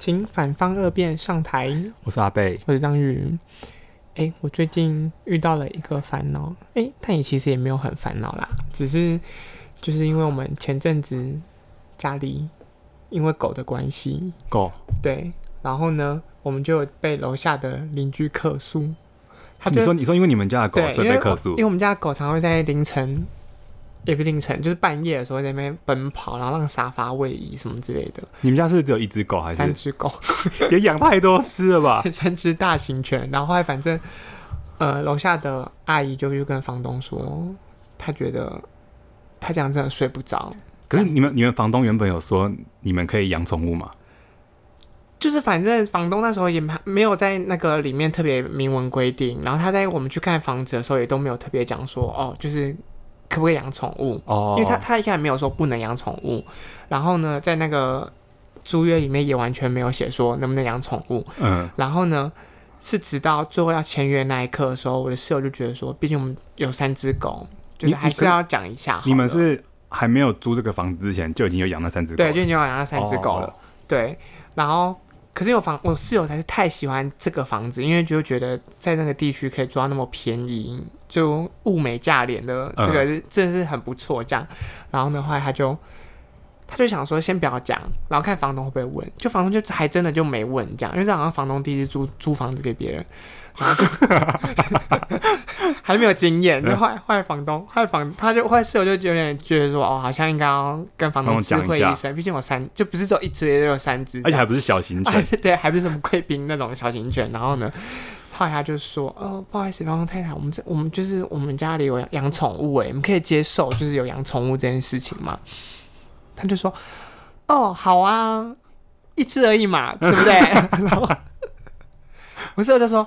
请反方二辩上台。 我是阿贝， 我是张宇。我最近遇到了一个烦恼，但也其实也没有很烦恼啦，只是就是因为我们前阵子家里因为狗的关系， 狗对，然后呢，我们就有被楼下的邻居客诉。你说因为你们家的狗所以被客诉？ 因为我们家的狗常会在凌晨。也不凌晨，就是半夜的时候在那边奔跑，然后让沙发位移什么之类的。 你们家是只有一只狗还是 3只狗？ 也养太多只了吧 ？3只大型犬，然后后来反正楼下的阿姨就去跟房东说，她觉得她这样真的睡不着。 可是你们房东原本有说你们可以养宠物吗？ 就是反正房东那时候也没有在那个里面特别明文规定，然后他在我们去看房子的时候也都没有特别讲说就是可不可以养宠物？因为他一开始没有说不能养宠物，然后呢，在那个租约里面也完全没有写说能不能养宠物。然后呢，是直到最后要签约那一刻的时候，我的室友就觉得说，毕竟我们有3只狗，就是还是要讲一下好了。 你们是还没有租这个房子之前就已经有养那3只狗了？ 对，就已经有养那3只狗了。对，然后。可是我室友才是太喜欢这个房子，因为就觉得在那个地区可以租到那么便宜，就物美价廉的，这个真的是很不错。这样，然后呢，后来他就想说先不要讲，然后看房东会不会问。就房东就还真的就没问这样，因为这好像房东第一次租房子给别人，然后就还没有经验。就后来房东，后来室友就有点觉得说，好像应该要跟房东知会一声，毕竟有就不是只有1只，也有3只， 而且还不是小型犬， 对，还不是什么贵宾那种小型犬。然后呢，后来他就说，不好意思，房东太太，我们就是我们家里有养宠物，我们可以接受就是有养宠物这件事情吗？他就说，好啊，1只而已嘛，对不对？然后我室友就说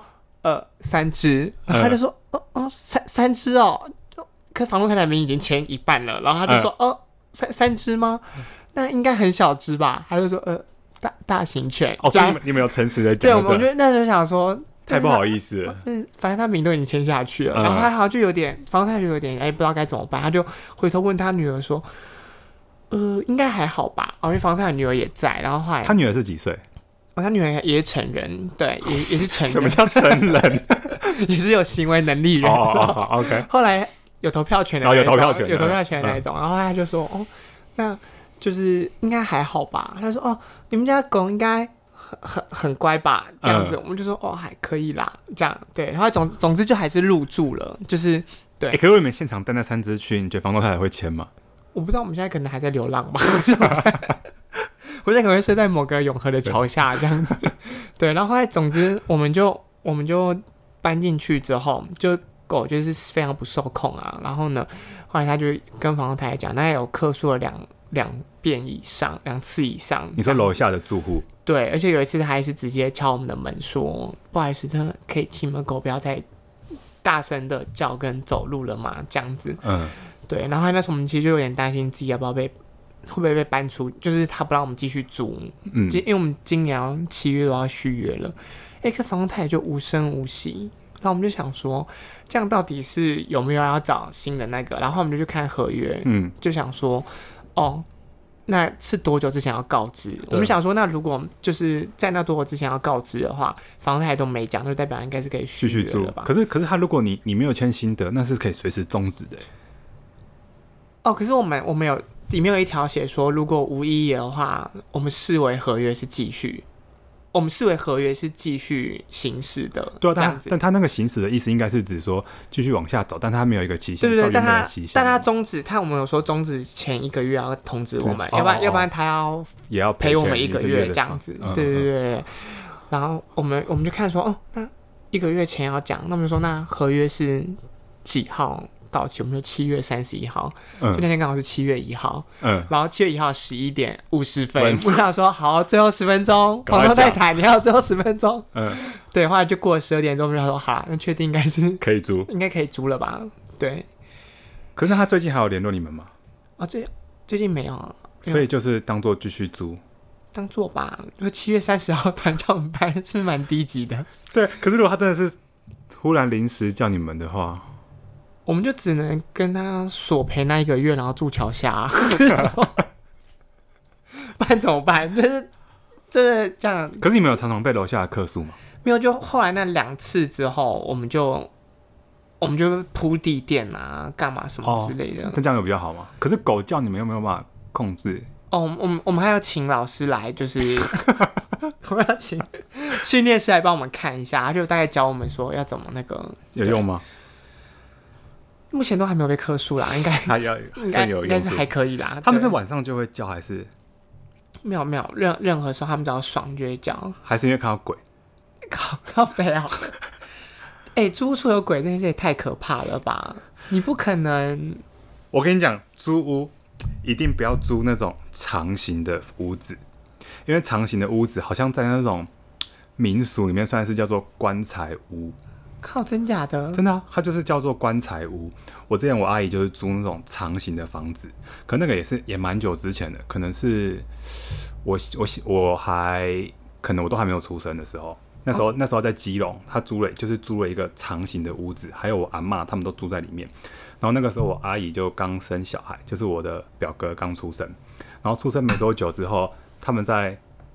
，3只，然后他就说，三只哦，可房东太太明明已经签一半了，然后他就说，三只吗？那应该很小只吧？他就说，大型犬。 所以你们有诚实的讲。 对，我就那时候想说， 太不好意思了。 反正他名都已经签下去了，然后他好像就有点，房东太太就有点不知道该怎么办，他就回头问他女儿说。应该还好吧，因为房东太太女儿也在，然后后来他女儿是几岁？ 他女儿也是成人，对，也是成人。 什么叫成人？ 也是有行为能力人。 OK。 后来有投票权的那一种， 有投票权的那一种。然后他就说，那就是应该还好吧。他说，你们家狗应该很乖吧？这样子，我们就说，还可以啦，这样对。然后总之就还是入住了，就是对。 可是你们现场带那3只去，你觉得房东太太会签吗？ 我不知道，我们现在可能还在流浪吧。我现在可能会睡在某个永和的桥下这样子。对，然后后来总之我们就搬进去之后，就狗就是非常不受控啊。然后呢，后来他就跟房东太太讲，他有客诉了两遍以上，2次以上。 你说楼下的住户？对， 而且有一次他还是直接敲我们的门说，不好意思，真的可以请你们狗不要再大声的叫跟走路了嘛，这样子。对，然后那时候我们其实就有点担心自己会不会被搬出，就是他不让我们继续租。因为我们今年7月都要续约了。可房东太太就无声无息，然后我们就想说，这样到底是有没有要找新的那个？然后我们就去看合约，就想说，那是多久之前要告知？我们想说，那如果就是在那多久之前要告知的话，房东太太都没讲，就代表应该是可以续约了吧？ 可是他如果你没有签新的，那是可以随时终止的。 可是我们有里面有一条写说，如果无异议的话，我们视为合约是继续行使的。 对啊，但他那个行使的意思应该是指说继续往下走，但他没有一个期限。 对，但他终止，我们有说终止前1个月要通知我们，要不然他也要赔我们1个月这样子。对。然后我们就看说，那1个月前要讲，那我们就说那合约是几号到期？我们就7月31号，就那天刚好是7月1号，然后7月1号11点50分，我想说好，最后10分钟，房东太太，你还有最后10分钟，对，后来就过了12点钟，我们就说好啦，那确定应该是可以租， 应该可以租了吧？对。 可是他最近还有联络你们吗？ 最近没有啊， 所以就是当做继续租。 当做吧，就7月30号突然叫我们搬，是不是蛮低级的？对， 可是如果他真的是忽然临时叫你们的话， 我们就只能跟他索赔那1个月，然后住桥下、不然怎么办？就是真的这样。 可是你们有常常被楼下的客诉吗？ 没有，就后来那2次之后，我们就铺地垫啊，干嘛什么之类的。 那这样有比较好吗？可是狗叫你们有没有办法控制？ 我们还要请老师来，就是我们要请训练师来帮我们看一下，他就大概教我们说要怎么那个。 有用吗？ 目前都还没有被客诉啦，应该应该是还可以啦。 他们是晚上就会叫还是？ 没有任何时候他们只要爽就会叫。 还是因为看到鬼？ 靠北啊！租屋处有鬼这件事也太可怕了吧！你不可能。 我跟你讲，租屋一定不要租那种长形的屋子，因为长形的屋子好像在那种民俗里面算是叫做棺材屋。 靠，真假的？ 真的啊，它就是叫做棺材屋。我之前我阿姨就是租那种长形的房子，可那个也蛮久之前的，可能是我还可能我都还没有出生的时候。那时候在基隆，他租了一个长形的屋子，还有我阿嬷他们都住在里面。然后那个时候我阿姨就刚生小孩，就是我的表哥刚出生。然后出生没多久之后，他们在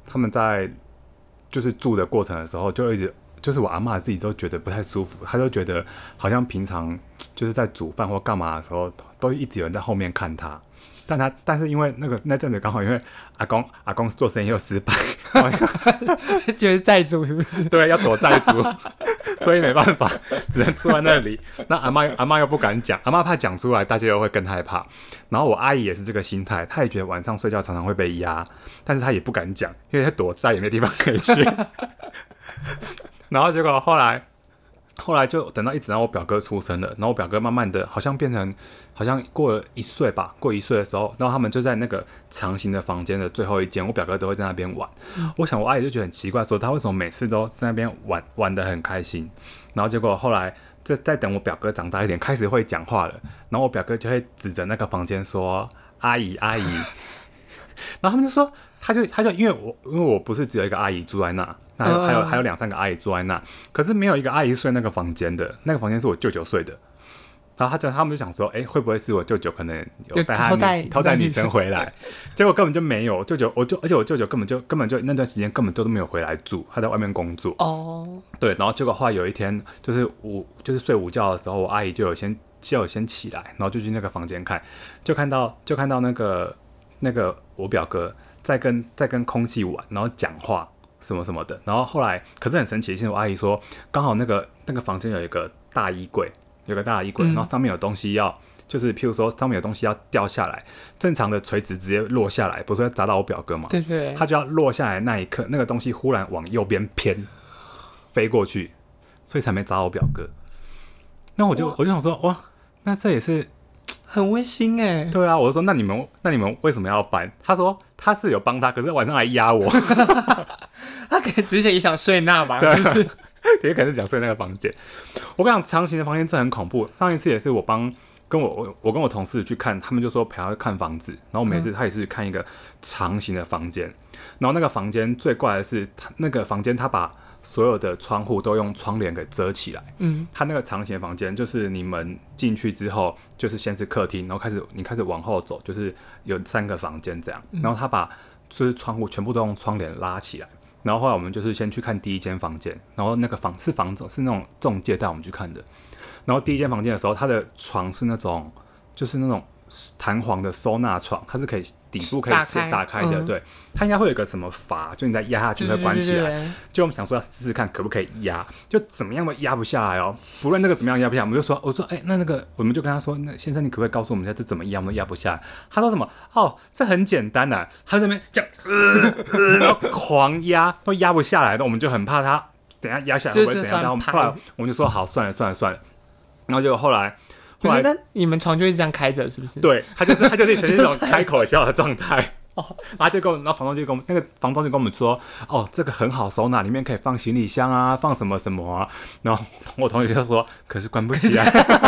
就是住的过程的时候，就一直就是我阿嬷自己都觉得不太舒服，她就觉得好像平常就是在煮饭或干嘛的时候，都一直有人在后面看她。但是因为那阵子刚好因为阿公做生意又失败， 觉得债主是不是？ 对，要躲债主，所以没办法，只能坐在那里。那阿嬷又不敢讲，阿嬷怕讲出来，大家又会更害怕。然后我阿姨也是这个心态，她也觉得晚上睡觉常常会被压，但是她也不敢讲，因为她躲债也没地方可以去。然后结果后来就等到我表哥出生了，然后我表哥慢慢的好像过了1岁吧，过1岁的时候，然后他们就在那个长形的房间的最后一间，我表哥都会在那边玩。我想我阿姨就觉得很奇怪，说他为什么每次都在那边玩得很开心。然后结果后来再等我表哥长大一点，开始会讲话了，然后我表哥就会指着那个房间说阿姨。然后他们就说，他就因为我不是只有一个阿姨住在那，还有2-3个阿姨住在那，可是没有一个阿姨睡那个房间的，那个房间是我舅舅睡的。然后他们就想说，会不会是我舅舅可能有带他偷带女生回来？结果根本就没有，而且我舅舅根本就那段时间根本都没有回来住，他在外面工作。对，然后结果后来有一天，就是睡午觉的时候，我阿姨就有先起来，然后就去那个房间看，就看到那个我表哥在跟空气玩，然后讲话什么什么的。然后后来可是很神奇的是，我阿姨说刚好那个房间有一个大衣柜，然后上面有东西就是譬如说上面有东西要掉下来，正常的垂直直接落下来，不是会砸到我表哥吗？ 对， 他就要落下来那一刻，那个东西忽然往右边偏飞过去，所以才没砸到我表哥。那我就想说，哇，那这也是很温馨哎。 对啊，我就说那你们为什么要搬？他说他是有帮他，可是晚上来压我。 他可能只是也想睡那吧，是不是？ 也可能是想睡那个房间。我跟你讲，长形的房间真的很恐怖。上一次也是我跟我同事去看，他们就说陪他看房子，然后每次他也是看一个长形的房间，然后那个房间最怪的是，那个房间他把所有的窗户都用窗帘给遮起来。他那个长形的房间就是你们进去之后，就是先是客厅，然后你开始往后走，就是有3个房间这样，然后他把就是窗户全部都用窗帘拉起来。然后后来我们就是先去看第一间房间，然后那个是那种中介带我们去看的。然后第一间房间的时候，它的床是那种弹簧的收纳床，它是可以底部可以打开的。对，它应该会有一个什么阀，就你再压下去会关起来。就我们想说要试试看可不可以压，就怎么样都压不下来哦。不论那个怎么样压不下来，我说那个我们就跟他说，那先生你可不可以告诉我们一下这怎么压，我们都压不下来。他说什么？这很简单啊。他在那边这样然后狂压都压不下来的，我们就很怕他等一下压下来会不会怎样。然后后来我们就说好算了。然后结果后来那你们床就一直这样开着是不是？ 对，他就是呈现这种开口笑的状态。然后房东就跟我们说，这个很好收纳，里面可以放行李箱啊，放什么什么啊。然后我同学就说，可是关不起来。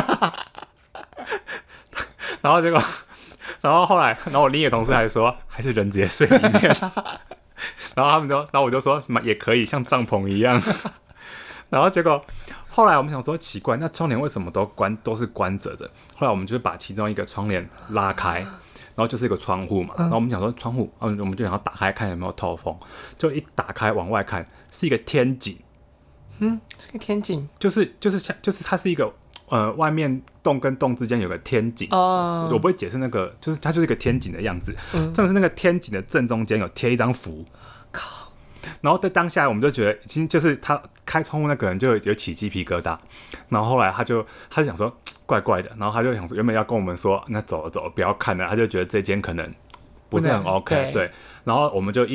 然后结果，然后我另一个同事还说，还是人直接睡里面。然后我就说什么也可以，像帐篷一样。然后结果。后来我们想说奇怪，那窗帘为什么都是关着的？后来我们就把其中一个窗帘拉开， 后就是一个窗户嘛，然后我们想说窗户，我们就想要打开看有没有透风，就一打开往外看是一个天井， 是个天井， 就是它是一个外面洞跟洞之间有个天井，我不会解释那个，就是它就是一个天井的样子，真的是那个天井的正中间有贴一张符， 靠！ 然后在当下我们就觉得，已经就是他开窗户那个人就有起鸡皮疙瘩，然后后来他就想说怪怪的，然后他就想说原本要跟我们说那走了不要看了，他就觉得这间可能不是很 OK， 对，然后我们就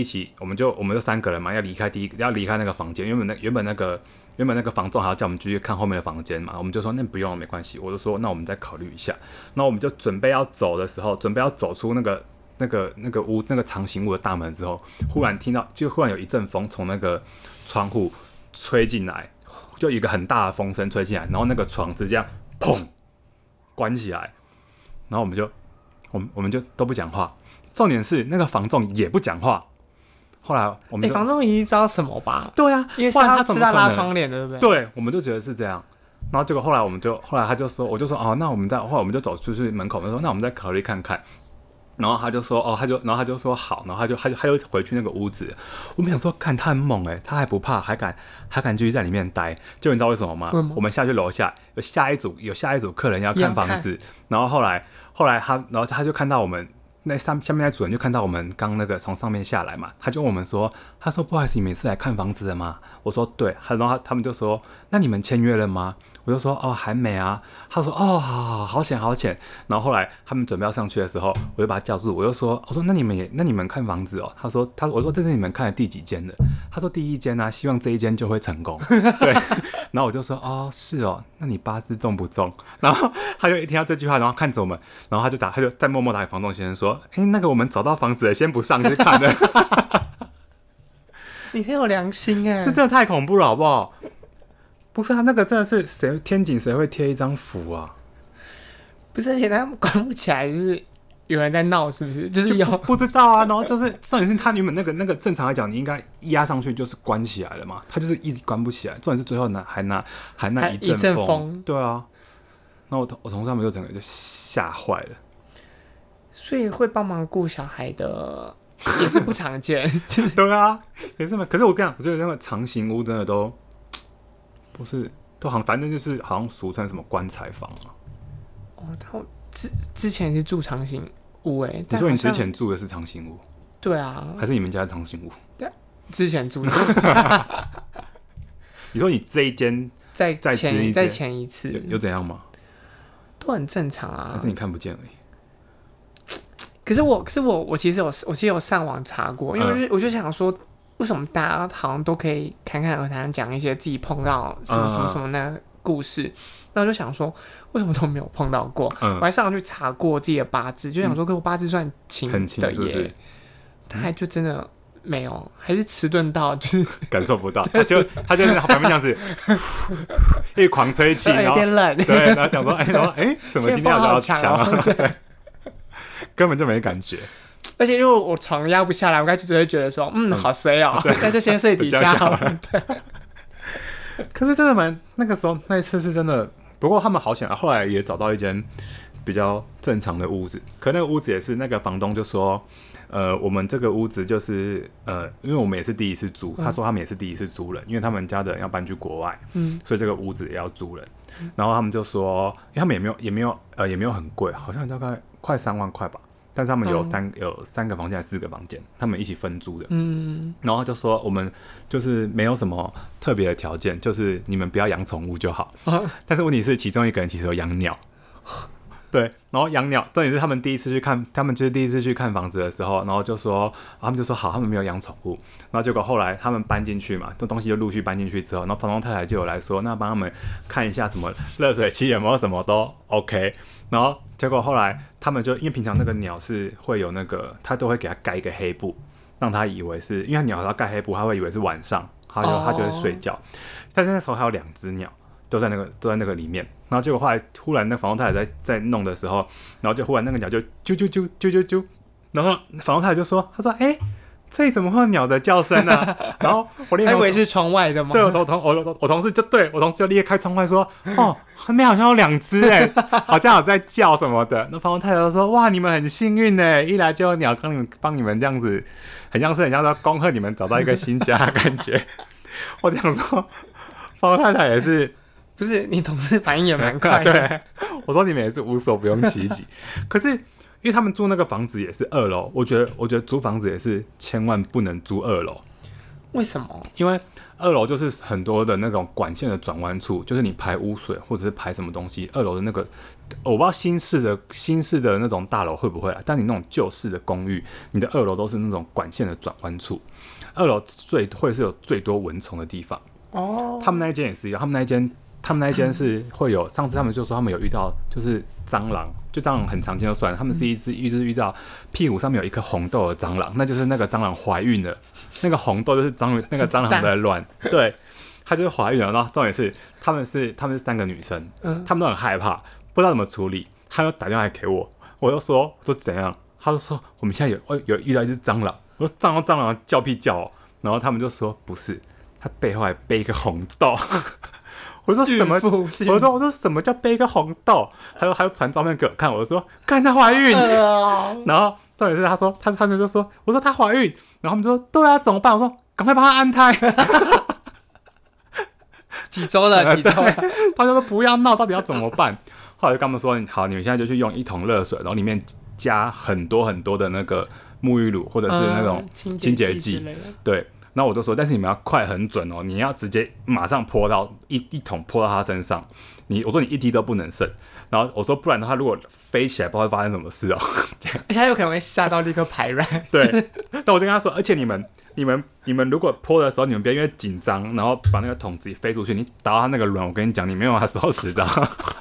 3个人嘛，要离开那个房间，原本那个房仲还要叫我们继续看后面的房间嘛，我们就说那不用没关系，我就说那我们再考虑一下，然后我们就准备要走的时候，准备要走出那个屋那个长形屋的大门之后，忽然有一阵风从那个窗户吹进来，就有一个很大的风声吹进来，然后那个床直接这样砰关起来，然后我们就都不讲话，重点是那个房仲也不讲话。后来我们房仲一定知道什么吧？ 对啊， 因为是他吃到拉窗帘的，对不对？ 对，我们就觉得是这样。然后结果后来他就说，我就说哦，那我们后来我们就走出去门口，我们说那我们再考虑看看。然后他就说哦，然后他就说好，然后他就回去那个屋子。我们想说，看他很猛他还不怕，还敢继续在里面待。就你知道为什么吗？我们下去楼下有下一组客人要看房子，然后后来他就看到我们。那下面那主人就看到我们刚那个从上面下来嘛，他就问我们说，他说不好意思，你们是来看房子的吗？我说对，然后他们就说，那你们签约了吗？我就说哦还没啊。他说哦好浅。然后后来他们准备要上去的时候，我就把他叫住，我说那你们看房子哦？我说这是你们看的第几间的？他说第一间啊，希望这一间就会成功。对，然后我就说哦是哦，那你八字重不重？然后他就一听到这句话，然后看着我们，然后他就再默默打给房东先生说，那个我们找到房子了，先不上去看了。 你很有良心这真的太恐怖了好不好？不是啊，那个真的是天井谁会贴一张符啊？ 不是，而且他们关不起来，就是有人在闹，是不是？就是有不知道啊。然后就是重点是他原本那个正常来讲，你应该压上去就是关起来了嘛，他就是一直关不起来。重点是最后还拿一阵风，对啊。那我同事他们就整个就吓坏了。 所以会帮忙顾小孩的也是不常见， 对啊，也是嘛。可是我跟你讲，我觉得那个长形屋真的都不是，都好像反正就是好像俗称什么棺材房啊。 他之前是住长形屋你说你之前住的是长形屋？ 对啊， 还是你们家的长形屋？ 对，之前住的。 你说你这一间在前一次有怎样吗？ 都很正常啊， 还是你看不见而已？ 可是我其实有上网查过，因为我就想说，为什么大家好像都可以侃侃而谈讲一些自己碰到什么什么那个故事，那我就想说，为什么都没有碰到过？我还上网去查过自己的八字，就想说，可我八字算轻的耶，是是他还就真的没有，还是迟钝到就是感受不到，他就旁边这样子，一狂吹气， 有点冷， 对，然后讲说，怎么今天好强啊？对。根本就没感觉， 而且如果我床压不下来，我该就只会觉得说，好衰哦，那就先睡底下好了。对。 可是真的那个时候那一次是真的，不过他们好险啊，后来也找到一间比较正常的屋子。可那个屋子也是那个房东就说，我们这个屋子就是因为我们也是第一次租，他说他们也是第一次租人，因为他们家的人要搬去国外，所以这个屋子也要租人。然后他们就说，因为他们也没有很贵，好像大概快3万块吧，但是他们有3个房间还是4个房间，他们一起分租的。然后就说我们就是没有什么特别的条件，就是你们不要养宠物就好。但是问题是，其中一个人其实有养鸟。对，然后养鸟，重点是他们就是第一次去看房子的时候，然后就说，他们就说好，他们没有养宠物。然后结果后来他们搬进去嘛，这东西就陆续搬进去之后，然后房东太太就有来说，那帮他们看一下什么热水器有没有什么都 OK。然后结果后来他们就因为平常那个鸟是会有那个，他都会给他盖一个黑布，让他以为是因为鸟要盖黑布，他会以为是晚上，他就会睡觉。但是那时候还有2只鸟。都在那个里面，然后结果后来忽然那房东太太在弄的时候，然后就忽然那个鸟就啾啾啾啾啾啾，然后房东太太就说，他说这里怎么会有鸟的叫声啊？然后我还以为是窗外的吗？ 对，我同事就立刻开窗外说，哦，那边好像有2只哎，好像有在叫什么的。那房东太太就说，哇，你们很幸运哎，一来就有鸟帮你们这样子，很像说恭贺你们找到一个新家的感觉。我想说，房东太太也是。 不是，你同事反应也蛮快的。 对，我说你们也是无所不用其极。可是因为他们租那个房子也是2楼，我觉得租房子也是千万不能租2楼。 为什么？ 因为2楼就是很多的那种管线的转弯处，就是你排污水或者是排什么东西。2楼的那个，我不知道新式的那种大楼会不会啦，但你那种旧式的公寓，你的2楼都是那种管线的转弯处。2楼会是有最多蚊虫的地方。哦，他们那一间也是一样，他们那一间是会有，上次他们就说他们有遇到就是蟑螂，就蟑螂很常见就算了，他们是一直遇到屁股上面有一颗红豆的蟑螂，那就是那个蟑螂怀孕了，那个红豆就是那个蟑螂的卵，对，它就是怀孕了。然后重点是他们是3个女生，他们都很害怕，不知道怎么处理，他就打电话给我，我就说怎样，他就说我们现在有遇到一只蟑螂，我说蟑螂叫屁叫哦，然后他们就说不是，他背后还背一个红豆。我说什么？我说什么叫背一个红豆？还有传照片给我看，我就说看她怀孕。然后重点是他说他们就说，我说她怀孕，然后他们就说对啊怎么办？我说赶快帮她安胎。 几周了？ 他就说不要闹，到底要怎么办？后来就跟他们说好，你们现在就去用1桶热水，然后里面加很多很多的那个沐浴乳或者是那种清洁剂，对。然后我就说，但是你们要快很准哦，你要直接马上泼到一桶泼到他身上。我说你1滴都不能剩。然后我说不然的话，如果飞起来，不知道会发生什么事哦。 他有可能会吓到立刻排卵。 对，但我就跟他说，而且你们如果泼的时候，你们不要因为紧张，然后把那个桶子飞出去，你打到他那个卵，我跟你讲，你没有办法收拾到。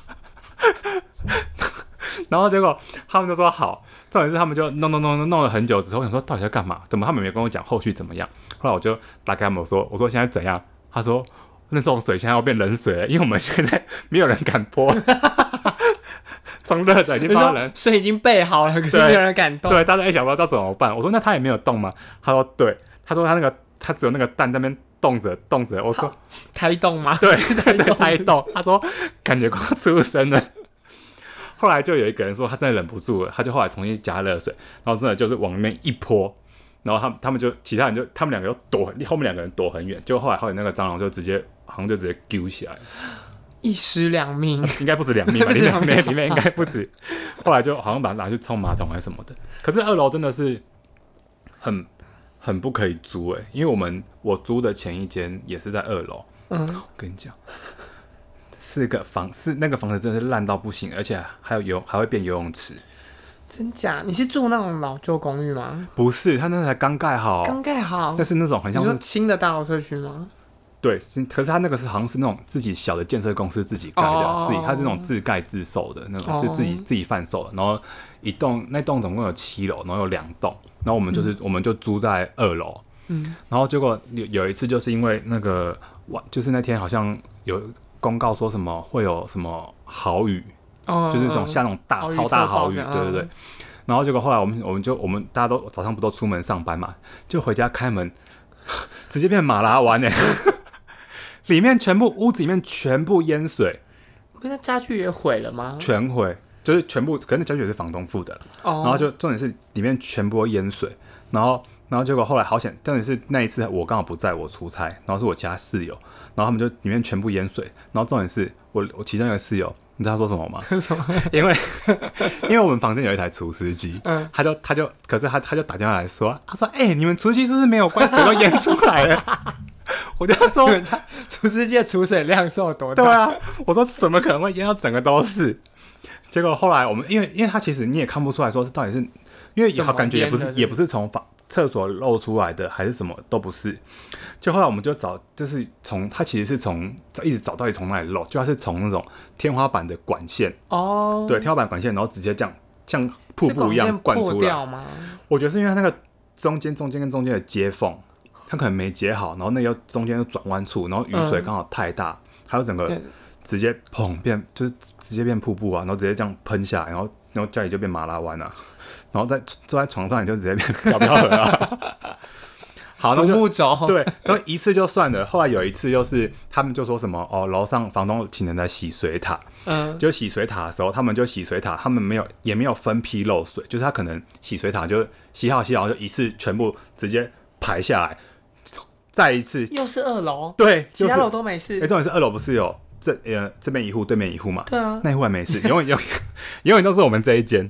然后结果他们就说好，重点是他们就弄了很久之后，我想说到底在干嘛？怎么他们没跟我讲后续怎么样？后来我就打给他们说现在怎样？他说那种水现在要变冷水了，因为我们现在没有人敢泼。从热的已经变成冷， 水已经备好了，可是没有人敢动。 对，大家一想到怎么办？我说那他也没有动吗？他说对，他说他只有那个蛋在那边动着。我说胎动吗？ 对，胎动。他说感觉快要出生了。后来就有一个人说他真的忍不住了，他就后来重新加热水，然后真的就是往里面一泼，然后他们就其他人就他们2个就后面2个人躲很远，就后来那个蟑螂就直接丢起来了， 一尸2命， 应该不止2命吧？里面应该不止。后来就好像把它拿去冲马桶还是什么的。可是2楼真的是很不可以租因为我租的前一间也是在2楼。我跟你讲。那个房子真的是烂到不行，而且还会变游泳池。 真假？你是住那种老旧公寓吗？ 不是，他那才刚盖好。但是那种很像是你说新的大楼社区吗？ 对，可是他那个是好像是那种自己小的建设公司自己盖的，他是那种自盖自售的那种，就自己贩售的。然后那栋总共有7楼，然后有2栋，然后我们就租在2楼。然后结果有一次就是因为那个就是那天好像有公告说什么会有什么豪雨，就是这种下那种超大豪雨，对。然后结果后来我们大家都早上不都出门上班嘛，就回家开门，直接变马拉湾屋子里面全部淹水。 那家具也毁了吗？ 全毁，就是全部，可能家具也是房东付的然后就重点是里面全部都淹水，然后结果后来好险，重点是那一次我刚好不在，我出差，然后是我家室友，然后他们就里面全部淹水，然后重点是我其中一个室友，你知道他说什么吗？ 什么？ 因为我们房间有一台除湿机，他就打电话来说，他说你们除湿机是不是没有关，水都淹出来了？我就说除湿机的储水量是有多大？ 对啊，我说怎么可能会淹到整个都是？结果后来我们因为他其实你也看不出来说是到底是，因为感觉也不是从厕所漏出来的，还是什么都不是。就后来我们就找，就是他其实是一直找到底从哪里漏，就他是从那种天花板的管线对，天花板管线，然后直接这样像瀑布一样灌出来吗？我觉得是因为它那个中间跟中间的接缝，它可能没接好，然后那个中间有转弯处，然后雨水刚好太大，它就整个直接砰就是直接变瀑布啊，然后直接这样喷下来，然后家里就变马拉湾啊。然后坐在床上，你就直接变飘飘河啊！ 好， 独木舟。 对，然后一次就算了。后来有一次又是他们就说什么楼上房东请人来洗水塔，就洗水塔的时候，他们就洗水塔，他们也没有分批漏水，就是他可能洗水塔就洗好就一次全部直接排下来，再一次又是2楼， 对， 其他楼都没事。 重点是2楼不是有这边一户对面一户嘛？ 对啊， 那一户还没事，永远都是我们这一间。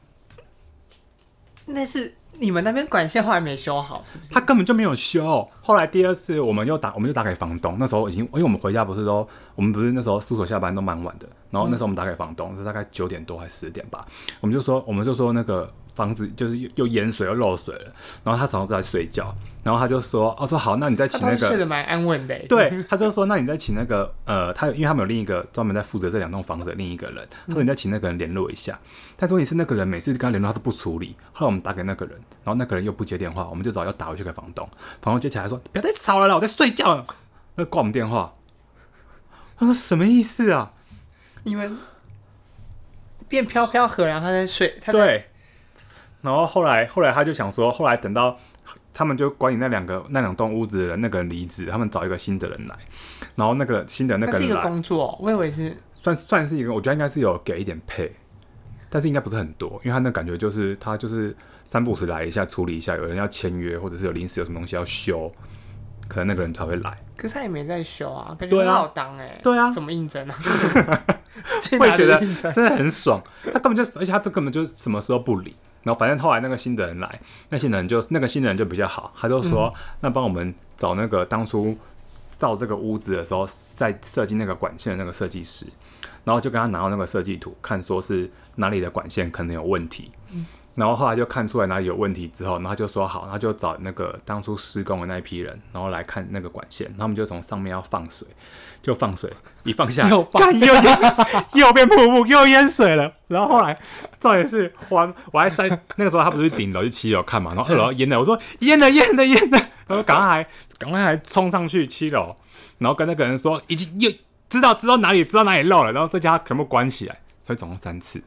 那是你们那边管线后来没修好，是不是？ 他根本就没有修。后来第2次我们就打给房东，那时候已经因为我们回家我们不是那时候宿舍下班都蛮晚的，然后那时候我们打给房东是大概9点多还是10点吧，我们就说那个房子就是又淹水又漏水了，然后他早上在睡觉，然后他就说好，那你再请那个， 他睡得蛮安稳的。 对，他就说那你再请那个因为他们有另一个专门在负责这2栋房子的另一个人，他说你再请那个人联络一下，但是问题是那个人每次跟他联络他都不处理，后来我们打给那个人，然后那个人又不接电话，我们就只好要打回去给房东，房东接起来说不要再吵了啦，我在睡觉了，那挂我们电话，他说什么意思啊？ 你们变飘飘河，然后他在睡， 对。然后后来他就想说，后来等到他们就管理那2栋屋子的人，那个人离职，他们找一个新的人来，然后那个新的那个人来， 那是一个工作，我以为是算是一个，我觉得应该是有给一点配，但是应该不是很多，因为他那感觉就是他就是3不5时来一下处理一下，有人要签约或者是有临时有什么东西要修，可能那个人才会来。 可是他也没在修啊，感觉很好当对啊， 怎么应征啊？ 会觉得真的很爽，他根本就，而且他根本就什么时候不理。然后反正后来那个新的人来，那个新的人就比较好，他就说，那帮我们找那个当初造这个屋子的时候在设计那个管线的那个设计师，然后就跟他拿到那个设计图，看说是哪里的管线可能有问题，然后后来就看出来哪里有问题之后，然后他就说好，他就找那个当初施工的那一批人，然后来看那个管线，然后他们就从上面要放水，就放水，一放下又变瀑布，又淹水了。然后后来重点是我还在那个时候他不是顶楼去7楼看嘛，然后2楼要淹了，我说淹了，然后赶快还冲上去7楼，然后跟那个人说已经又知道哪里漏了，然后再叫他全部关起来，所以总共3次。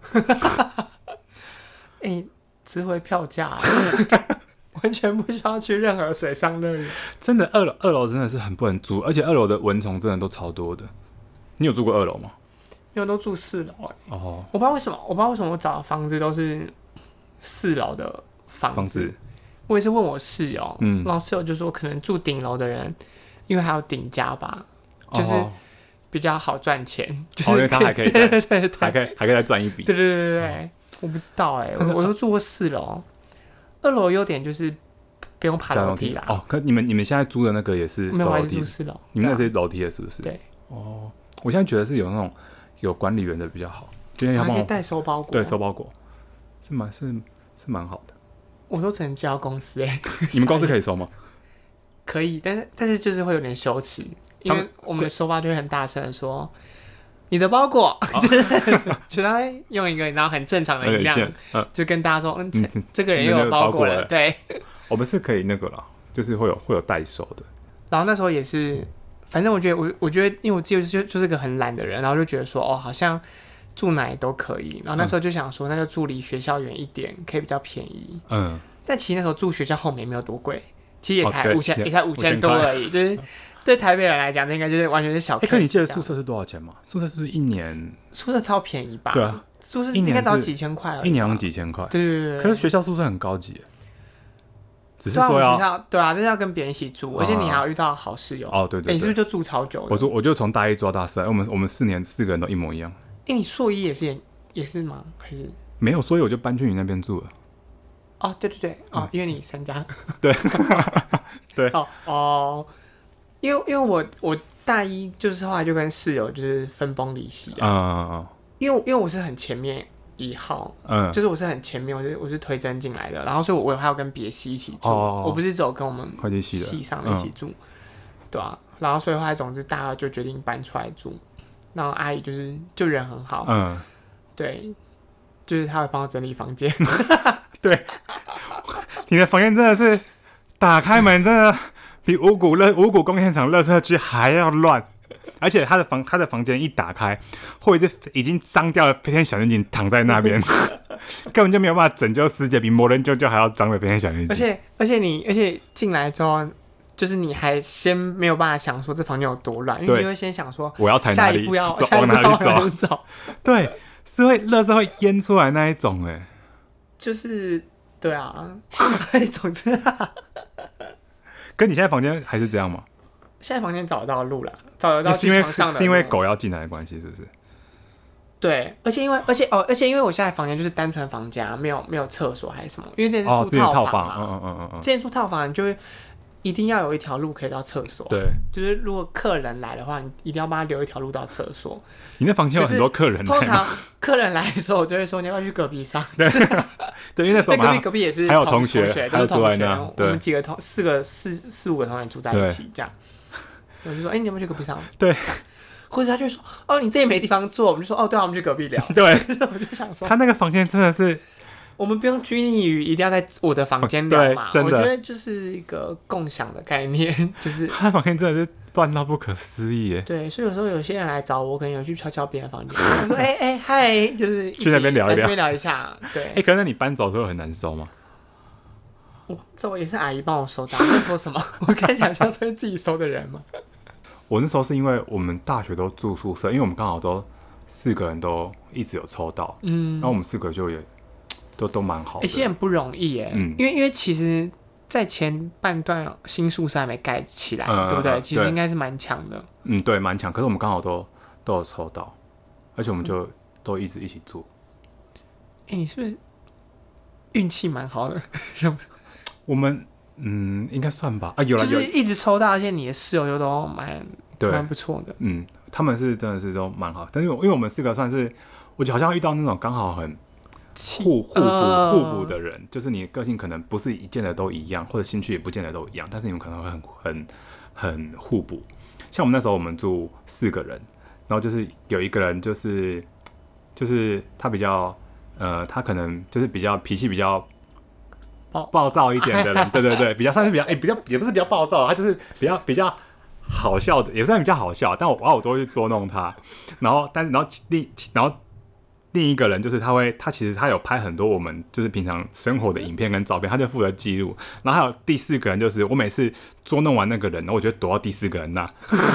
值回票价，完全不需要去任何水上乐园。 真的二楼真的是很不能住，而且2楼的蚊虫真的都超多的。你有住过2楼吗？ 因为我都住4楼我不知道为什么我找的房子都是4楼的房子。我也是问我室友，然后室友就说可能住顶楼的人，因为还有顶加吧，就是比较好赚钱，就是因为他还可以对， 还可以再赚一笔。 对。我不知道我都住过4楼，2楼优点就是不用爬楼梯啦。 可你们现在租的那个也是没有，我还是住4楼。 你们那是楼梯的，是不是？ 对。 我现在觉得是有那种有管理员的比较好， 还可以代收包裹。 对，收包裹是蛮好的。 我都只能交公司你们公司可以收吗？ 可以，但是就是会有点羞耻，因为我们的收发就会很大声的说。你的包裹就是他用一个然后很正常的音量，就跟大家说，这个人又有包裹了。对， 我们是可以那个啦，就是会有代收的。 然后那时候也是，反正我觉得，因为我自己就是个很懒的人，然后就觉得说，好像住哪里都可以。然后那时候就想说，那就住离学校远一点，可以比较便宜。但其实那时候住学校后面没有多贵，其实也才5000多而已，就是。对台北人来讲，那应该就是完全是小。 可你记得宿舍是多少钱吗？宿舍是不是1年？ 宿舍超便宜吧？ 对啊， 宿舍应该只要几千块而已。 1年好像几千块。 对。 可是学校宿舍很高级，只是说要学校对啊，就是要跟别人一起住，而且你还要遇到好室友。 对。 你是不是就住超久的？ 我就从大1住到大4，我们4年4个人都一模一样。 你硕一也是吗？还是没有，所以我就搬去你那边住了。 对，因为你3家。 对。对。 因为我大1就是后来就跟室友就是分崩离析因为我是很前面1号，就是我是很前面，我是推甄进来的，然后所以我还要跟别系一起住，我不是只有跟我们会计系上的一起住，对啊，然后所以后来总之大2就决定搬出来住，然后阿姨就人很好，对，就是她会帮我整理房间， 对，你的房间真的是打开门真的。比五股工业厂垃圾区还要乱，而且他的房间一打开，会一只已经脏掉的飞天小女警躺在那边， 根本就没有办法拯救世界，比魔人啾啾还要脏的变态小年纪。 而且进来之后，就是你还先没有办法想说这房间有多乱，因为你会先想说我要踩哪里， 下一步要往哪里走。 对，是会垃圾会淹出来那一种哎。就是对啊，总之跟你现在房间还是这样吗？ 现在房间找得到路了，找得到去床上的。 是因为狗要进来的关系，是不是？ 对，而且因为我现在房间就是单纯房间，没有厕所还是什么，因为之前是住套房嘛，之前住套房就会一定要有一条路可以到厕所。 对， 就是如果客人来的话，你一定要帮他留一条路到厕所。 你那房间有很多客人来吗？ 通常客人来的时候，我就会说你要不要去隔壁上。 对，因为那时候隔壁也是还有同学， 还有住在那。 我们几个四五个同学住在一起，这样。我就说，你有没有去隔壁上？ 对。 或者他就说，你这也没地方坐，我们就说，对啊，我们去隔壁聊。 对， 我就想说， 他那个房间真的是， 我们不用拘泥于一定要在我的房间聊嘛。 真的， 我觉得就是一个共享的概念，就是他房间真的是乱到不可思议耶。 对，所以有时候有些人来找我，可能有去敲敲别人房间，我说，嗨，就是去那边聊一下。对， 可是你搬走的时候很难收吗？ 这也是阿姨帮我收的。你在说什么？我看起来像是自己收的人吗？ 我那时候是因为我们大学都住宿舍，因为我们刚好都4个人都一直有抽到，然后我们4个就也都蛮好的。 其实很不容易耶，因为其实，在前半段新宿舍还没盖起来，对不对？其实应该是蛮强的。 对，蛮强。可是我们刚好都有抽到，而且我们就都一直一起住。 你是不是运气蛮好的？ 我们应该算吧。有了， 就是一直抽到，而且你的室友又都蛮不错的。 他们是真的是都蛮好，但是因为我们4个算是，我觉得好像遇到那种刚好很互补的人，就是你的个性可能不是一见的都一样，或者兴趣也不见得都一样，但是你们可能会很互补。像我们那时候我们住4个人，然后就是有一个人就是他比较他可能就是比较脾气比较暴躁一点的人，对，比较算是比较也不是比较暴躁，他就是比较好笑的，也算比较好笑，但我都会去捉弄他。然后另一个人就是他其实他有拍很多我们就是平常生活的影片跟照片，他就负责记录。然后还有第4个人，就是我每次捉弄完那个人，然后我就躲到第4个人那。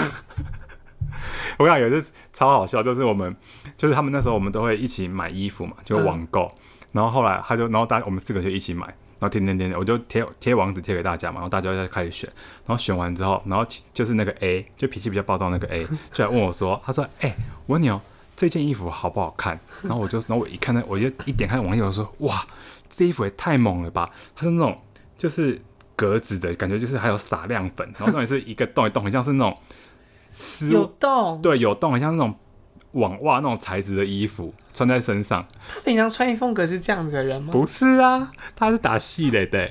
我想有一次超好笑，就是他们那时候我们都会一起买衣服嘛，就网购。然后后来然后我们4个就一起买。然后天，我就贴网址贴给大家嘛，然后大家就开始选，然后选完之后，然后就是那个 A， 就脾气比较暴躁那个 A， 就来问我说，他说，我问你哦，这件衣服好不好看？然后我一看我就一点开网页，我说，哇，这衣服也太猛了吧！它是那种就是格子的感觉，就是还有撒亮粉，然后上面是一个洞一洞，很像是那种有洞， 对，有洞，很像那种网袜那种材质的衣服穿在身上。 他平常穿衣风格是这样子的人吗？ 不是啊，他是打戏的，对。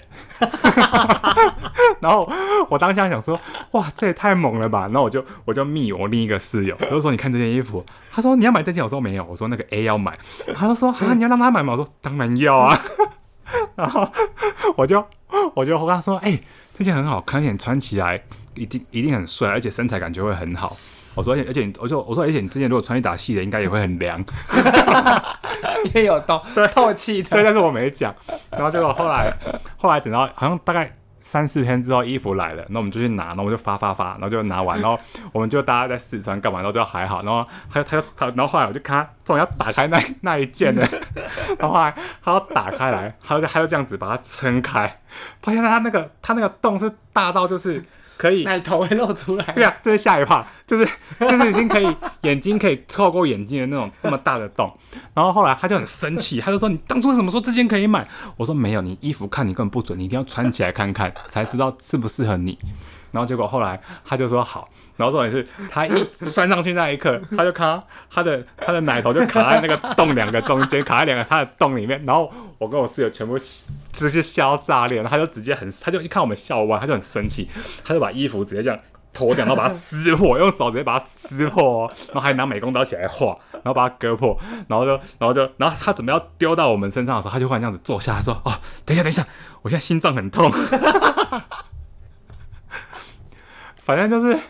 然后我当下想说，哇，这也太猛了吧！然后我就密我另一个室友，我就说你看这件衣服，他说你要买这件，我说没有，我说那个 A 要买，他就说你要让他买吗？我说当然要啊。然后我就跟他说，这件很好看，而且你穿起来一定很帅，而且身材感觉会很好。我说，而且你之前如果穿一打细的，应该也会很凉， 因为有透气的。 对，但是我没讲。然后结果后来等到好像大概3-4天之后，衣服来了，那我们就去拿，然后我们就发，然后就拿完，然后我们就大家在试穿干嘛，然后就还好，然后然后后来我就看他终于要打开那一件了，然后后来他要打开来，他就这样子把它撑开，发现他那个洞是大到就是。可以奶头会露出来， 对啊，这是下一 part， 就是已经可以眼睛可以透过眼睛的那种那么大的洞。然后后来他就很生气，他就说：“你当初为什么说这件可以买？”我说：“没有，你衣服看你根本不准，你一定要穿起来看看，才知道适不适合你。”然后结果后来他就说好，然后重点是他一穿上去那一刻，他就看到他的奶头就卡在那个洞2个中间，卡在他的洞里面。然后我跟我室友全部直接笑炸裂，然后他就直接他就一看我们笑完，他就很生气，他就把衣服直接这样脱掉，然后把它撕破，用手直接把它撕破，然后还拿美工刀起来画，然后把它割破，然后他准备要丢到我们身上的时候，他就忽然这样子坐下，他说：“哦，等一下，我现在心脏很痛。”反正就是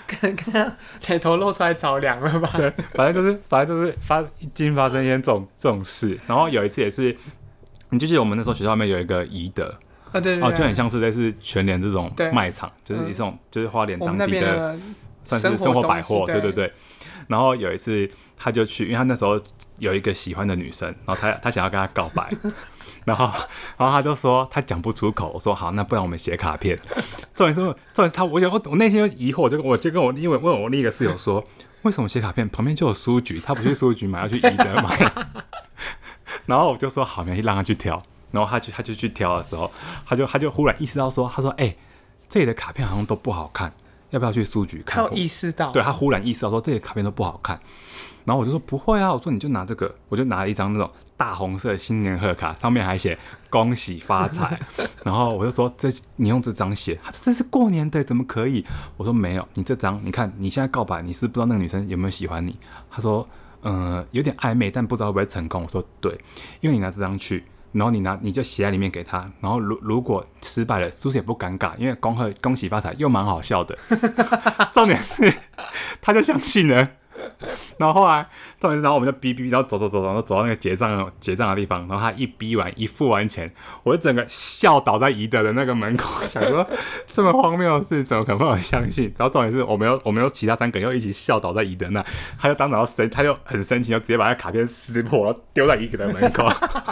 刚刚奶头露出来着凉了吧？ 对，反正就是经发生一些这种事。然后有一次也是，你就记得我们那时候学校外面有一个宜德。 对， 就很像是类似全联这种卖场，就是这种就是花莲当地的算是生活百货，对。然后有一次他就去，因为他那时候有一个喜欢的女生，然后他想要跟她告白，然后他就说他讲不出口，我说好，那不然我们写卡片。重点是他，我内心就疑惑，我就跟我因为问我另一个室友说，为什么写卡片旁边就有书局，他不去书局买，要去宜德买？然后我就说好，没让他去挑。然后他就去挑的时候，他就忽然意识到说，他说这里的卡片好像都不好看，要不要去书局看？ 他有意识到， 对，他忽然意识到说这里的卡片都不好看。然后我就说不会啊，我说你就拿这个，我就拿了一张那种大红色的新年贺卡，上面还写恭喜发财。然后我就说你用这张写，他说这是过年的，怎么可以？我说没有，你这张你看你现在告白，你是不知道那个女生有没有喜欢你？他说有点暧昧，但不知道会不会成功。我说对，因为你拿这张去。然后你就写在里面给他，然后如果失败了，是不是也不尴尬？因为恭喜发财又蛮好笑的。重点是他就相信了。然后后来重点是，然后我们就逼，然后走，然后走到那个结账的地方，然后他一逼完一付完钱，我就整个笑倒在宜德的那个门口，想说这么荒谬的事怎么可能会有人相信？然后重点是我们有其他3个人又一起笑倒在宜德那，他就当场他就很生气，就直接把那卡片撕破，然后丢在宜德的门口。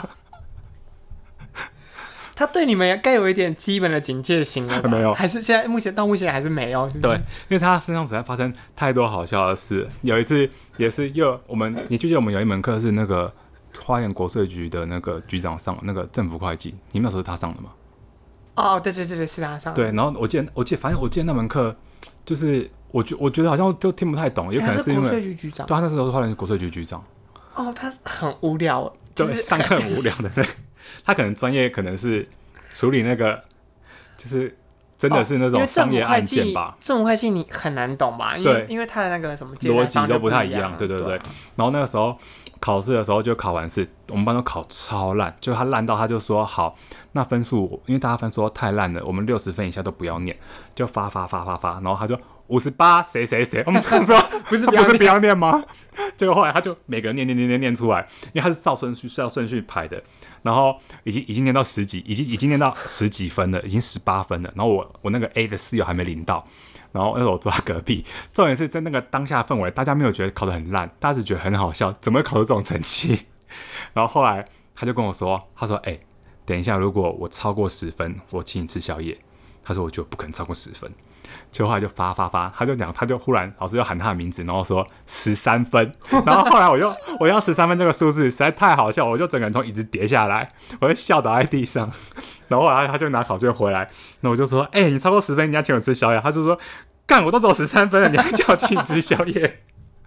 他对你们该有一点基本的警戒心了吧？ 没有， 还是现在到目前还是没有，是不是？ 对，因为他身上实在发生太多好笑的事。有一次也是你记得我们有一门课是那个花莲国税局的那个局长上那个政府会计，你们那时候是他上的吗？ 哦，对，是他上的。 对，然后我记得那门课就是我觉得好像都听不太懂，有可能是因为国税局局长。 对，他那时候是花莲国税局局长。 哦，他很无聊， 对，上课很无聊的。他可能专业可能是处理那个，就是真的是那种商业案件吧。 政府会计你很难懂吧？因为他的那个什么逻辑都不太一样。对。 对。 然后那个时候考试的时候就考完试，我们班都考超烂，就他烂到他就说好，那分数因为大家分数太烂了，我们60分以下都不要念，就发，然后他就58谁，我们就说不是不要念吗？结果后来他就每个人念出来，因为他是照顺序排的。然后已经念到10几，已经念到10几分了，已经18分了。然后我那个 A 的室友还没领到，然后那时候我坐他隔壁。重点是在那个当下氛围，大家没有觉得考得很烂，大家只觉得很好笑，怎么会考出这种成绩？然后后来他就跟我说，他说等一下，如果我超过10分，我请你吃宵夜。他说我觉得不可能超过10分。就后来就发，他就忽然老师就喊他的名字，然后说13分，然后后来我要13分这个数字实在太好笑，我就整个人从椅子跌下来，我就笑倒在地上，然后后来他就拿考卷回来，那我就说你超过10分，你要请我吃宵夜，他就说干，我都只有13分了，你还叫我请你吃宵夜？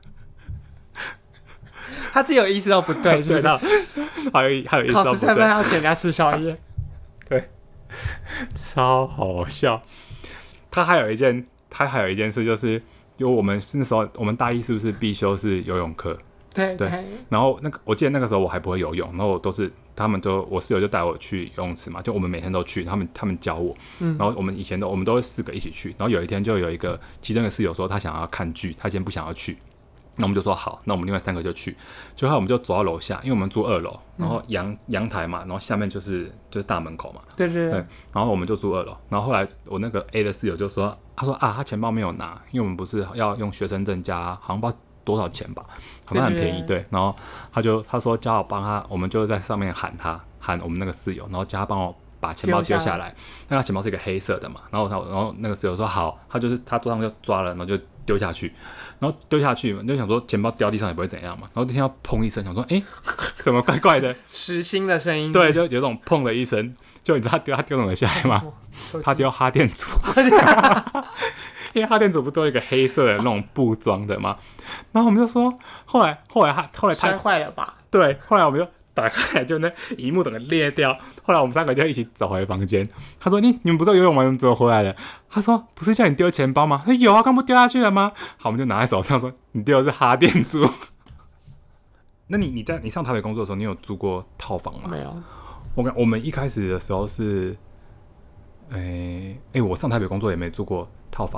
他自己有意识到不对，是不是？ 还有意识到不对， 考13分还要请人家吃宵夜， 对，超好笑。他还有一件事，就是因为我们那时候我们大一是不是必修是游泳课？ 对。 然后我记得那个时候我还不会游泳，然后我室友就带我去游泳池嘛，就我们每天都去，他们教我。然后我们都是4个一起去，然后有一天就有其中一个室友说他想要看剧，他今天不想要去。那我们就说好，那我们另外3个就去。就后来我们就走到楼下，因为我们住2楼，然后阳台嘛，然后下面就是大门口嘛。 对。 然后我们就住2楼。然后后来我那个 A 的室友就说，他说他钱包没有拿，因为我们不是要用学生证加，好像不知道多少钱吧，好像很便宜。对。然后他说叫我帮他，我们就在上面喊我们那个室友，然后叫他帮我把钱包丢下来。那他钱包是一个黑色的嘛，然后那个室友说好，他桌上就抓了，然后就丢下去。然后丢下去，就想说钱包掉地上也不会怎样嘛。然后就听到砰一声，想说怎么怪怪的？ 实心的声音。 对，就有种砰的一声。就你知道他丢什么下来吗？他丢哈电阻。因为哈电阻不都有一个黑色的那种布装的吗？然后我们就说，后来他摔坏了吧？ 对，后来我们就打开来，就那萤幕整个裂掉。后来我们3个就一起走回房间。他说：“你们不是游泳吗？你们怎么回来了？”他说：“不是叫你丢钱包吗？”他说：“有啊，刚不丢下去了吗？”好，我们就拿在手上说：“你丢的是哈电阻。”那你上台北工作的时候，你有住过套房吗？ 没有。 我们一开始的时候是，我上台北工作也没住过套房了。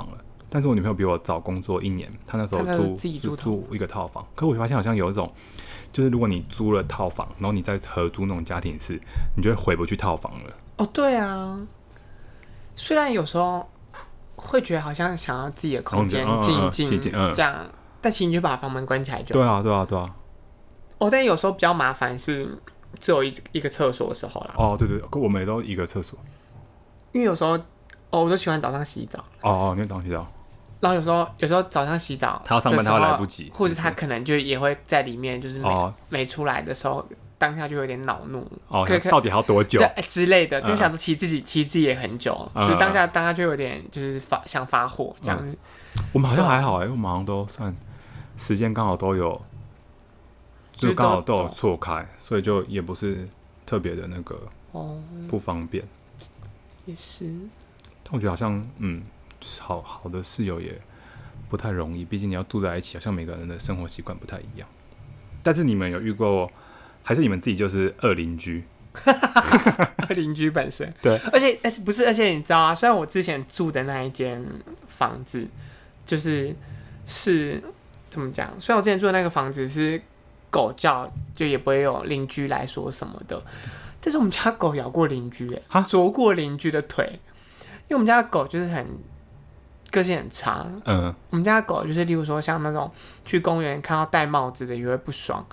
但是我女朋友比我早工作1年，她那时候自己住一个套房。可我发现好像有一种，就是如果你租了套房，然后你再合租那种家庭式，你就会回不去套房了。 哦，对啊，虽然有时候会觉得好像想要自己的空间静静这样，但其实你就把房门关起来就好。 对啊。 哦，但有时候比较麻烦是只有一个厕所的时候啦。 哦，对，我们也都一个厕所。 因为有时候，我都喜欢早上洗澡。 你早上洗澡。 然后有时候早上洗澡， 他要上班他会来不及， 或者他可能就也会在里面，就是没出来的时候，当下就有点恼怒。 到底还要多久之类的？就想着骑自己也很久，只是当下就有点就是想发火这样子。 我们好像还好我们好像都算时间刚好都有，就刚好都有错开，所以就也不是特别的那个不方便。 也是， 但我觉得好像好的室友也不太容易，毕竟你要住在一起，好像每个人的生活习惯不太一样。但是你们有遇过，还是你们自己就是恶邻居？ 恶邻居本身对， 而且你知道啊，虽然我之前住的那一间房子是怎么讲？虽然我之前住的那个房子是狗叫，就也不会有邻居来说什么的。但是我们家狗咬过邻居，啄过邻居的腿，因为我们家的狗就是个性很差。我们家的狗就是，例如说像那种去公园看到戴帽子的也会不爽。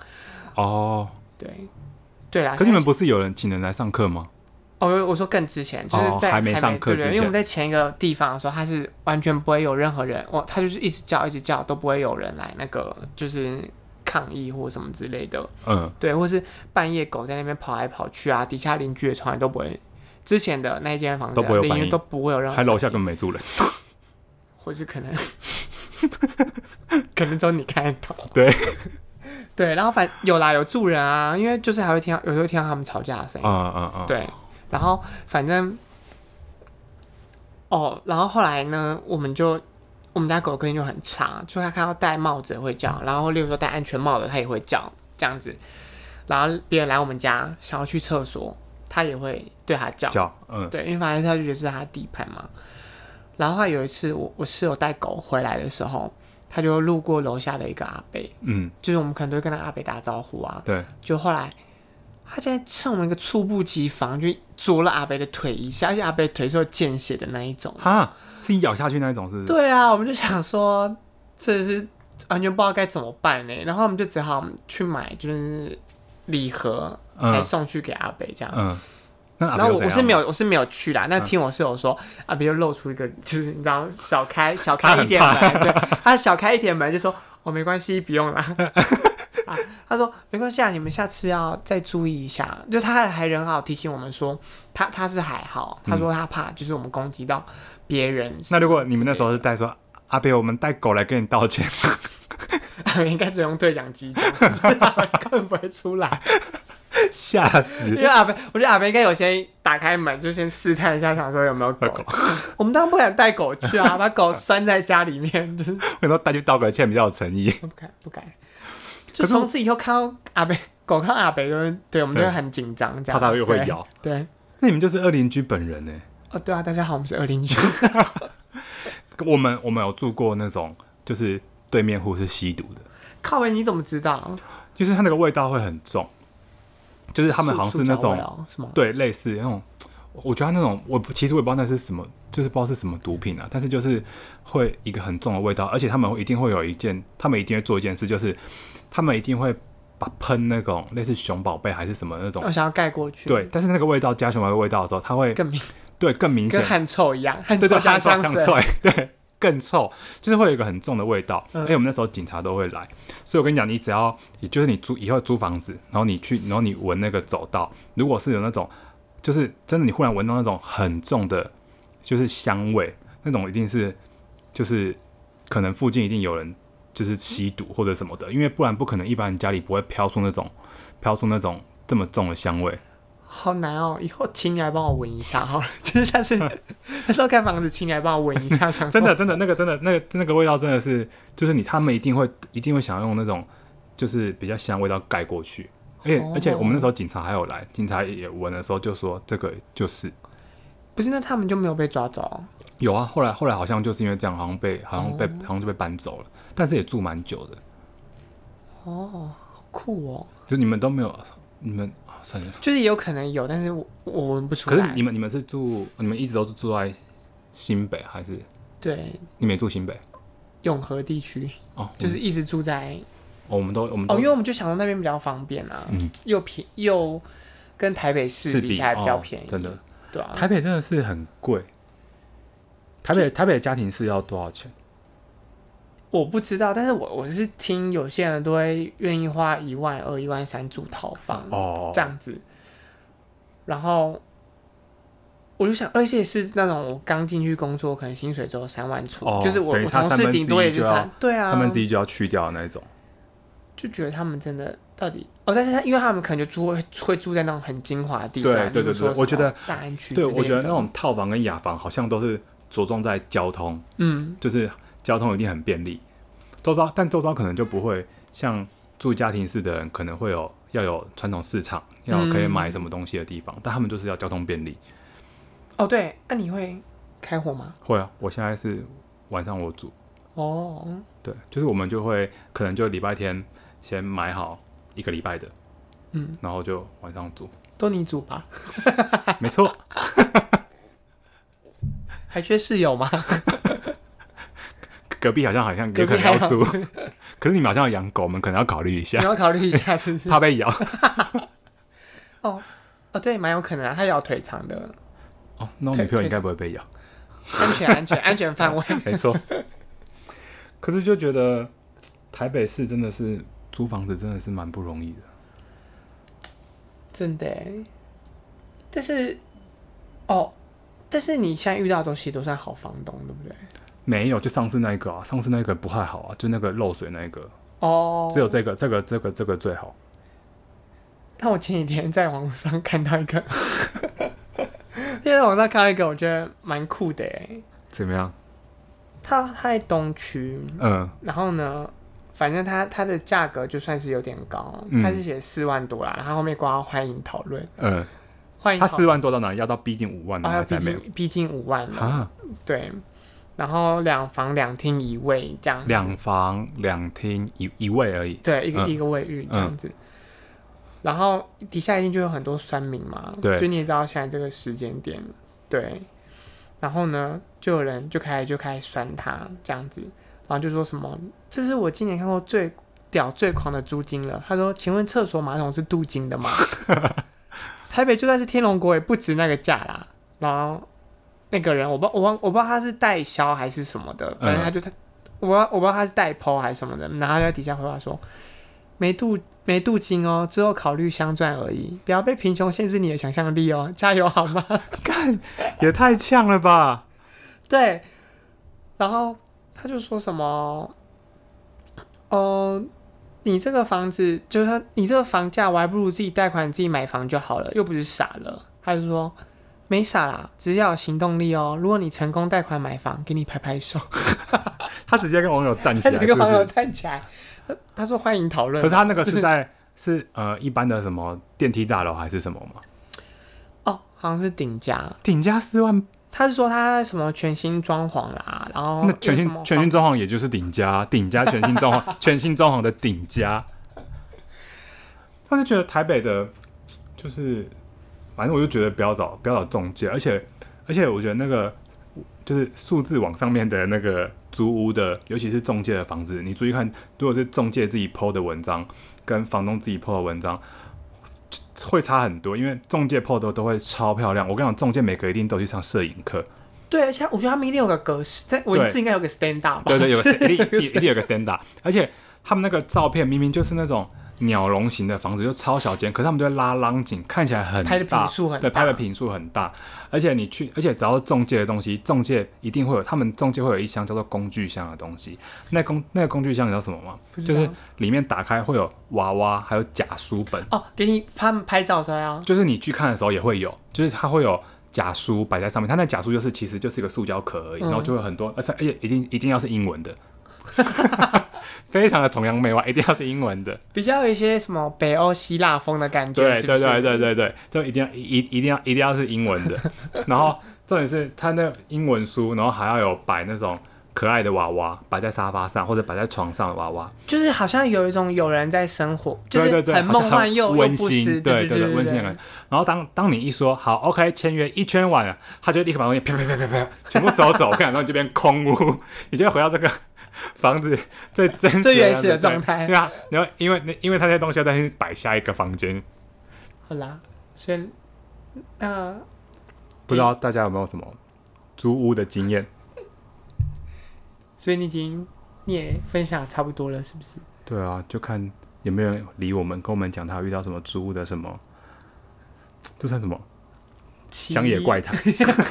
对啦。 可是你们不是有人请人来上课吗？ 我说更之前，就是在还没上课之前， 因为我们在前一个地方的时候，它是完全不会有任何人，它就是一直叫，都不会有人来那个就是抗议或什么之类的。对，或是半夜狗在那边跑来跑去啊，底下邻居也从来都不会。之前的那一间房子邻居都不会有任何， 还楼下根本没住人， 或是可能只有你看得到。对，然后有住人啊，因为就是还会有时候听到他们吵架的声音。对，然后反正然后后来呢，我们家狗个性就很差，就它看到戴帽子会叫，然后例如说戴安全帽的它也会叫这样子，然后别人来我们家想要去厕所，它也会对它叫。对，因为反正它就觉得是它的地盘嘛。然后后来有一次我室友带狗回来的时候，他就路过楼下的一个阿伯，就是我们可能都会跟那阿伯打招呼啊。 对， 就后来他竟然趁我们一个猝不及防，就啄了阿伯的腿一下，而且阿伯的腿是有见血的那一种。 是咬下去那一种，是不是？ 对啊，我们就想说，这是完全不知道该怎么办呢。然后我们就只好去买就是礼盒，还送去给阿伯这样。然后我是没有去啦。那听我室友说，阿伯就露出一个就是你知道小开一点门，对，他小开一点门就说没关系，不用啦。他说没关系啊，你们下次要再注意一下。就他还人好提醒我们说，他是还好，他说他怕就是我们攻击到别人。 那如果你们那时候是带说阿伯，我们带狗来跟你道歉， 阿伯应该只用对讲机，根本不会出来。 吓死！ 因为我觉得阿伯应该有先打开门，就先试探一下，想说有没有狗。我们当然不敢带狗去啊，把狗拴在家里面，就是。 我说带去道个歉比较有诚意。 不敢。就从此以后看到阿伯狗看到阿伯对我们就会很紧张，这样。 怕它又会咬。 对。 那你们就是恶邻居本人呢？ 对啊，大家好，我们是恶邻居。 我们有住过那种，就是对面户是吸毒的。 靠北，你怎么知道？ 就是它那个味道会很重。就是他们好像是那种，对，类似那种，我觉得那种其实我也不知道那是什么，就是不知道是什么毒品啊，但是就是会一个很重的味道，而且他们一定会做一件事，就是他们一定会把喷那种类似熊宝贝还是什么那种， 我想要盖过去， 对，但是那个味道加熊宝贝味道的时候，它会更明显， 跟汗臭一样，汗臭加香水， 对。更臭，就是会有一个很重的味道。我们那时候警察都会来，所以我跟你讲，你只要，就是你以后租房子，然后你闻那个走道，如果是有那种，就是真的你忽然闻到那种很重的，就是香味，那种一定是，就是可能附近一定有人就是吸毒或者什么的，因为不然不可能一般人家里不会飘出那种这么重的香味。 好难哦！以后请你来帮我闻一下好了，就是下次那时候看房子，请你来帮我闻一下。 真的，那个味道真的是，就是他们一定会想要用那种就是比较香味道盖过去。而且我们那时候警察还有来，警察也闻的时候就说这个就是， 不是那他们就没有被抓走？ 有啊，后来好像就是因为这样，好像就被搬走了，但是也住蛮久的。 哦，好酷哦！ 就你们都没有，你们算了， 就是也有可能有，但是我闻不出来。 可是你们是你们一直都是住在新北还是？ 对， 你没住新北， 永和地区哦，就是一直住在。我们都因为我们就想说那边比较方便啊，又跟台北市比起来比较便宜， 真的。 对啊， 台北真的是很贵。台北的家庭式要多少钱？ 我不知道，但是我是听有些人都会愿意花12000、13000住套房这样子，然后我就想，而且是那种我刚进去工作，可能薪水只有3万出，就是我同事顶多也就对啊 1/3就要去掉的那种， 就觉得他们真的到底但是因为他们可能就会住在那种很精华的地段， 对，我觉得大安区， 对，我觉得那种套房跟雅房好像都是着重在交通，就是交通一定很便利，但周遭可能就不会像住家庭式的人可能会要有传统市场，要可以买什么东西的地方，但他们就是要交通便利。 哦，对，那你会开火吗？ 会啊，我现在是晚上我煮。哦，对，就是我们就会可能就礼拜天先买好1个礼拜的，然后就晚上煮。 都你煮吧？ 没错。 还缺室友吗？ 隔壁好像有可能要租，可是你们好像要养狗，我们可能要考虑一下。 你要考虑一下，是不是？ 怕被咬。 对，蛮有可能啊，它咬腿长的。 那我女朋友应该不会被咬。 安全范围。 没错。可是就觉得台北市真的是租房子真的是蛮不容易的。 真的耶。但是你现在遇到的东西都算好房东，对不对？ 没有，就上次那个啊，上次那个不太好啊，就那个漏水那个。只有这个最好。 但我前几天在网络上看到一个，在网上看到一个，我觉得蛮酷的耶。 怎么样？ 它在东区，然后呢，反正它的价格就算是有点高，它是写4万多啦，然后后面挂欢迎讨论， 他4万多到哪？要到逼近5万了， 逼近5万了。对，然后2房2厅1卫这样子。2 房2厅一卫而已。 对，一个卫浴这样子。然后底下一定就有很多酸民嘛， 对， 就你也知道现在这个时间点，对。然后呢，就有人就开始酸他这样子，然后就说什么这是我今年看过最屌最狂的租金了。他说：“请问厕所马桶是镀金的吗？”台北就算是天龙国也不值那个价啦。然后那个人我不知道他是代销还是什么的，反正我不知道他是代 PO 还是什么的。然后他在底下回话说：“没镀金哦，之后考虑镶钻而已，不要被贫穷限制你的想象力哦，加油好吗？” 干也太呛了吧！ 对，然后他就说什么你这个房子就是说你这个房价，我还不如自己贷款自己买房就好了，又不是傻了。他就说没傻啦，只是要有行动力哦。如果你成功贷款买房，给你拍拍手。 他直接跟网友站起来， 他直接跟网友站起来。他说欢迎讨论。 可是他那个是一般的什么电梯大楼还是什么吗？ 好像是顶家 4万。 他是说他什么全新装潢啦，然后那全新装潢也就是顶家全新装潢全新装潢的顶家。他就觉得台北的，就是反正我就觉得不要找中介，而且我觉得那个就是数字网上面的那个租屋的，尤其是中介的房子，你注意看，如果是中介自己 po 的文章跟房东自己 po 的文章。会差很多，因为中介 PO 都会超漂亮。我跟你讲，中介每个一定都去上摄影课。 对，而且我觉得他们一定有个格式，在文字应该有个 stand up 吧。 对，一定有个 stand up。而且他们那个照片明明就是那种鸟笼型的房子，就超小间，可是他们都会拉浪景，看起来很大， 拍的坪数很大。 对，拍的坪数很大。而且只要是中介的东西，中介一定会有，他们中介会有一箱叫做工具箱的东西。那个工具箱你知道什么吗？就是里面打开会有娃娃，还有假书本。 给你他们拍照的时候要。 就是你去看的时候也会有，就是它会有假书摆在上面。它那假书其实就是一个塑胶壳而已，然后就会有很多，而且一定要是英文的。 非常的崇洋媚外，一定要是英文的， 比较有一些什么北欧希腊风的感觉， 对是不是？ 对，就一定要是英文的。然后重点是它那英文书，然后还要有摆那种可爱的娃娃，摆在沙发上或者摆在床上的娃娃， 就是好像有一种有人在生活，就是对很梦幻又温馨， 不失， 对对温馨的感觉。然后当你一说好 OK 签约一圈完了，他就立刻把东西啪全部收走，然后你就变空屋，你就会回到这个房子最真实、 最原始的状态。 对啊，然后因为他这些东西要再去摆下一个房间。 好啦，所以不知道大家有没有什么租屋的经验？ 所以你也分享差不多了，是不是？ 对啊，就看有没有人理我们，跟我们讲他遇到什么租屋的什么，这算什么？乡野怪谈。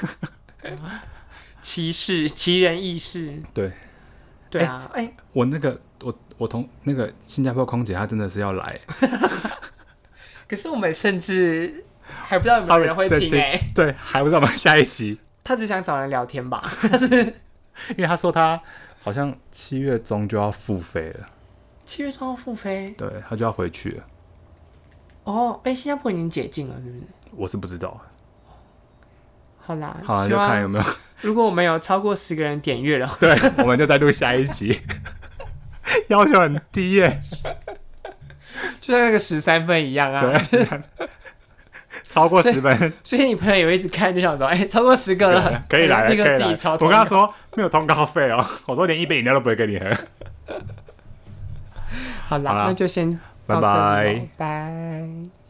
奇人异事。对啊， 我同那个新加坡空姐，她真的是要来。 可是我们甚至还不知道有没有人会听对，还不知道我们下一集。 他只想找人聊天吧？ 因为他说他好像7月中就要复飞了。 7月中要复飞？ 对，他就要回去了。 哦，新加坡已经解禁了，是不是？ 我是不知道。 好啦， 就看有没有。 如果我们有超过10个人点阅了， 对，我们就再录下一集。要求很低耶， 就像那个13分一样啊。 对，超过10分。 所以你朋友有一直看就想说，超过10个了， 可以来了， 那个自己超。 我跟他说没有通告费哦，我说连一杯饮料都不会给你喝。 好啦，那就先拜拜。 拜。